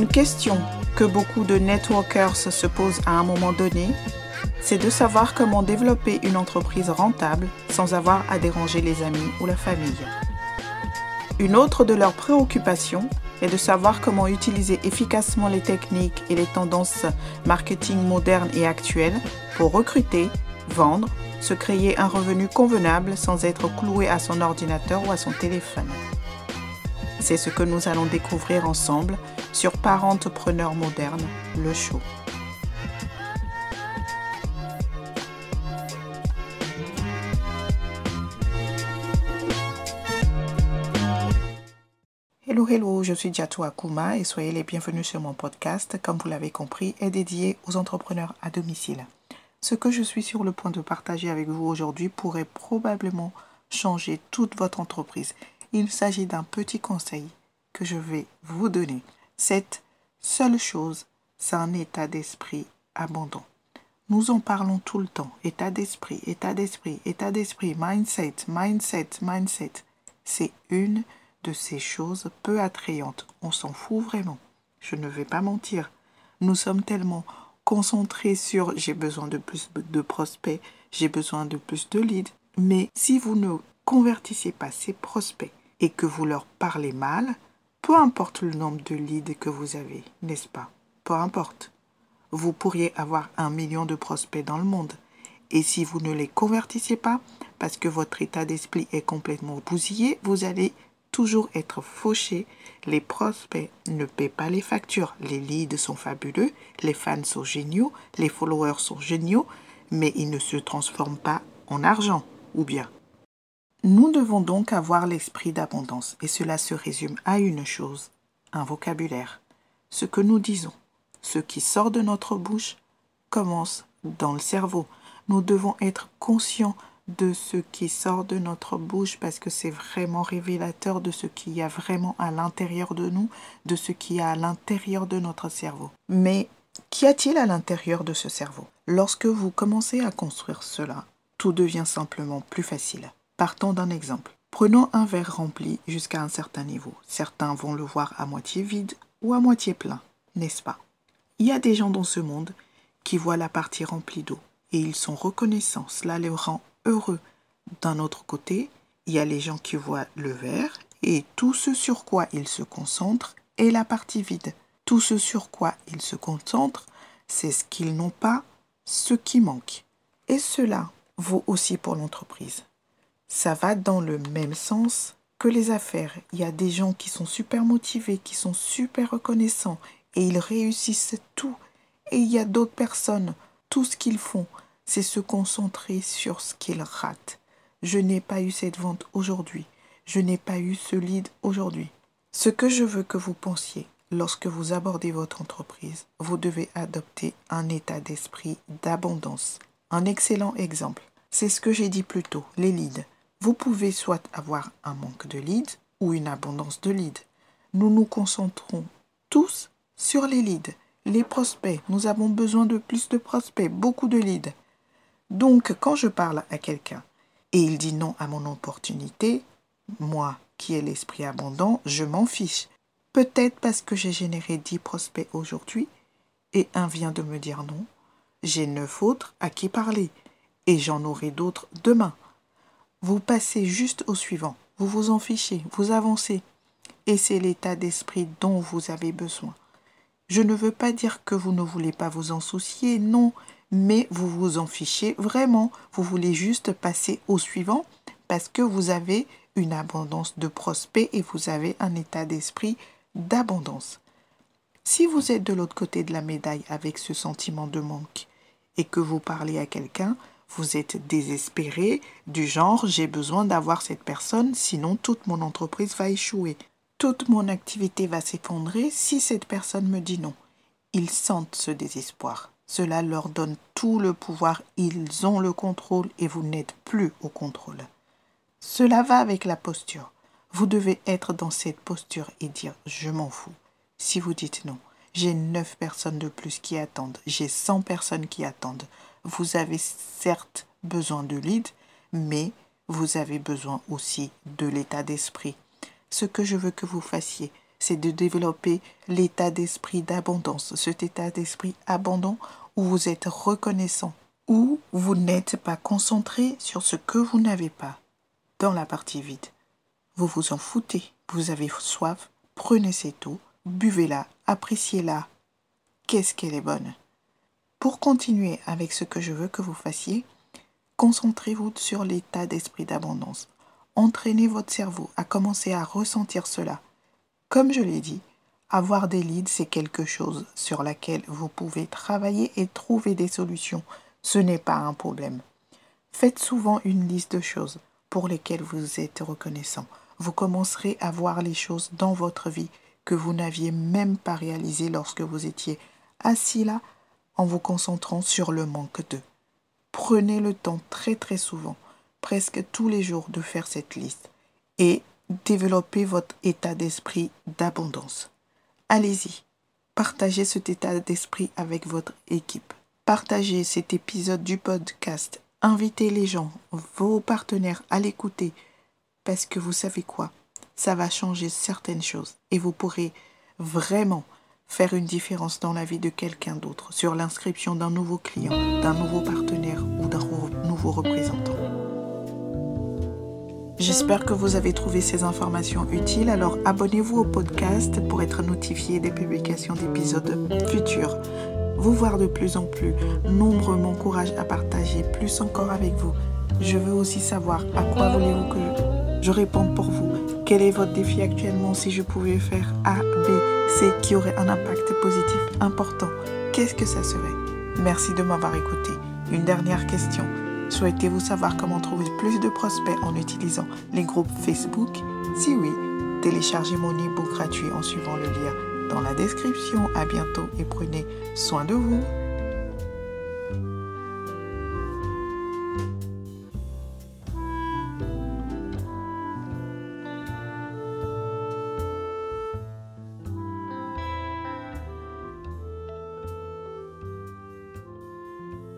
Une question que beaucoup de networkers se posent à un moment donné, c'est de savoir comment développer une entreprise rentable sans avoir à déranger les amis ou la famille. Une autre de leurs préoccupations est de savoir comment utiliser efficacement les techniques et les tendances marketing modernes et actuelles pour recruter, vendre, se créer un revenu convenable sans être cloué à son ordinateur ou à son téléphone. C'est ce que nous allons découvrir ensemble sur Parentpreneur Moderne, le show. Hello, je suis Diatou Akuma et soyez les bienvenus sur mon podcast, comme vous l'avez compris, est dédié aux entrepreneurs à domicile. Ce que je suis sur le point de partager avec vous aujourd'hui pourrait probablement changer toute votre entreprise. Il s'agit d'un petit conseil que je vais vous donner. Cette seule chose, c'est un état d'esprit abondant. Nous en parlons tout le temps. État d'esprit, mindset. C'est une de ces choses peu attrayantes. On s'en fout vraiment. Je ne vais pas mentir. Nous sommes tellement concentrés sur j'ai besoin de plus de prospects, j'ai besoin de plus de leads. Mais si vous ne convertissez pas ces prospects et que vous leur parlez mal, peu importe le nombre de leads que vous avez, n'est-ce pas? Peu importe. Vous pourriez avoir 1 million de prospects dans le monde. Et si vous ne les convertissez pas, parce que votre état d'esprit est complètement bousillé, vous allez toujours être fauché. Les prospects ne paient pas les factures. Les leads sont fabuleux, les fans sont géniaux, les followers sont géniaux, mais ils ne se transforment pas en argent, ou bien. Nous devons donc avoir l'esprit d'abondance et cela se résume à une chose, un vocabulaire. Ce que nous disons, ce qui sort de notre bouche commence dans le cerveau. Nous devons être conscients de ce qui sort de notre bouche parce que c'est vraiment révélateur de ce qu'il y a vraiment à l'intérieur de nous, de ce qu'il y a à l'intérieur de notre cerveau. Mais qu'y a-t-il à l'intérieur de ce cerveau? Lorsque vous commencez à construire cela, tout devient simplement plus facile. Partons d'un exemple. Prenons un verre rempli jusqu'à un certain niveau. Certains vont le voir à moitié vide ou à moitié plein, n'est-ce pas? Il y a des gens dans ce monde qui voient la partie remplie d'eau et ils sont reconnaissants, cela les rend heureux. D'un autre côté, il y a les gens qui voient le verre et tout ce sur quoi ils se concentrent est la partie vide. Tout ce sur quoi ils se concentrent, c'est ce qu'ils n'ont pas, ce qui manque. Et cela vaut aussi pour l'entreprise. Ça va dans le même sens que les affaires. Il y a des gens qui sont super motivés, qui sont super reconnaissants et ils réussissent tout. Et il y a d'autres personnes, tout ce qu'ils font, c'est se concentrer sur ce qu'ils ratent. Je n'ai pas eu cette vente aujourd'hui. Je n'ai pas eu ce lead aujourd'hui. Ce que je veux que vous pensiez, lorsque vous abordez votre entreprise, vous devez adopter un état d'esprit d'abondance. Un excellent exemple, c'est ce que j'ai dit plus tôt, les leads. Vous pouvez soit avoir un manque de leads ou une abondance de leads. Nous nous concentrons tous sur les leads. Les prospects, nous avons besoin de plus de prospects, beaucoup de leads. Donc, quand je parle à quelqu'un et il dit non à mon opportunité, moi qui ai l'esprit abondant, je m'en fiche. Peut-être parce que j'ai généré 10 prospects aujourd'hui et un vient de me dire non. J'ai 9 autres à qui parler et j'en aurai d'autres demain. Vous passez juste au suivant, vous vous en fichez, vous avancez. Et c'est l'état d'esprit dont vous avez besoin. Je ne veux pas dire que vous ne voulez pas vous en soucier, non, mais vous vous en fichez vraiment. Vous voulez juste passer au suivant parce que vous avez une abondance de prospects et vous avez un état d'esprit d'abondance. Si vous êtes de l'autre côté de la médaille avec ce sentiment de manque et que vous parlez à quelqu'un, vous êtes désespéré, du genre « j'ai besoin d'avoir cette personne, sinon toute mon entreprise va échouer. Toute mon activité va s'effondrer si cette personne me dit non. » Ils sentent ce désespoir. Cela leur donne tout le pouvoir, ils ont le contrôle et vous n'êtes plus au contrôle. Cela va avec la posture. Vous devez être dans cette posture et dire « je m'en fous ». Si vous dites non, j'ai 9 personnes de plus qui attendent, j'ai 100 personnes qui attendent. Vous avez certes besoin de leads, mais vous avez besoin aussi de l'état d'esprit. Ce que je veux que vous fassiez, c'est de développer l'état d'esprit d'abondance, cet état d'esprit abondant où vous êtes reconnaissant, où vous n'êtes pas concentré sur ce que vous n'avez pas dans la partie vide. Vous vous en foutez, vous avez soif, prenez cette eau, buvez-la, appréciez-la. Qu'est-ce qu'elle est bonne. Pour continuer avec ce que je veux que vous fassiez, concentrez-vous sur l'état d'esprit d'abondance. Entraînez votre cerveau à commencer à ressentir cela. Comme je l'ai dit, avoir des leads, c'est quelque chose sur laquelle vous pouvez travailler et trouver des solutions. Ce n'est pas un problème. Faites souvent une liste de choses pour lesquelles vous êtes reconnaissant. Vous commencerez à voir les choses dans votre vie que vous n'aviez même pas réalisées lorsque vous étiez assis là en vous concentrant sur le manque d'eux. Prenez le temps très très souvent, presque tous les jours, de faire cette liste et développez votre état d'esprit d'abondance. Allez-y, partagez cet état d'esprit avec votre équipe. Partagez cet épisode du podcast. Invitez les gens, vos partenaires à l'écouter parce que vous savez quoi? Ça va changer certaines choses et vous pourrez vraiment faire une différence dans la vie de quelqu'un d'autre sur l'inscription d'un nouveau client, d'un nouveau partenaire ou d'un nouveau représentant. J'espère que vous avez trouvé ces informations utiles, alors abonnez-vous au podcast pour être notifié des publications d'épisodes futurs. Vous voir de plus en plus nombreux m'encourage à partager plus encore avec vous. Je veux aussi savoir à quoi voulez-vous que je réponde pour vous. Quel est votre défi actuellement? Si je pouvais faire A, B, C qui aurait un impact positif important, qu'est-ce que ça serait? Merci de m'avoir écouté. Une dernière question. Souhaitez-vous savoir comment trouver plus de prospects en utilisant les groupes Facebook? Si oui, téléchargez mon e-book gratuit en suivant le lien dans la description. À bientôt et prenez soin de vous.